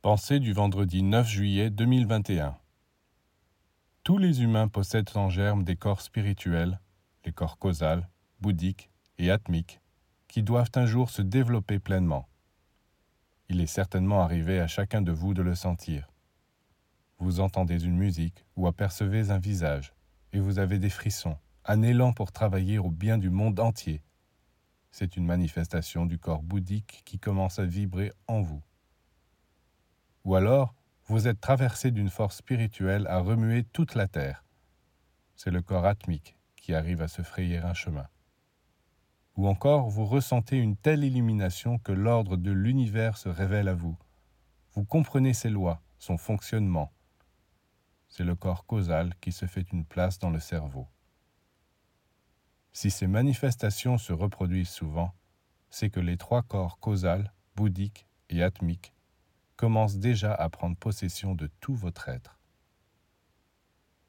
Pensée du vendredi 9 juillet 2021. Tous les humains possèdent en germe des corps spirituels, les corps causal, bouddhiques et atmiques, qui doivent un jour se développer pleinement. Il est certainement arrivé à chacun de vous de le sentir. Vous entendez une musique ou apercevez un visage, et vous avez des frissons, un élan pour travailler au bien du monde entier. C'est une manifestation du corps bouddhique qui commence à vibrer en vous. Ou alors, vous êtes traversé d'une force spirituelle à remuer toute la terre. C'est le corps atmique qui arrive à se frayer un chemin. Ou encore, vous ressentez une telle illumination que l'ordre de l'univers se révèle à vous. Vous comprenez ses lois, son fonctionnement. C'est le corps causal qui se fait une place dans le cerveau. Si ces manifestations se reproduisent souvent, c'est que les trois corps causal, bouddhique et atmique commencent déjà à prendre possession de tout votre être.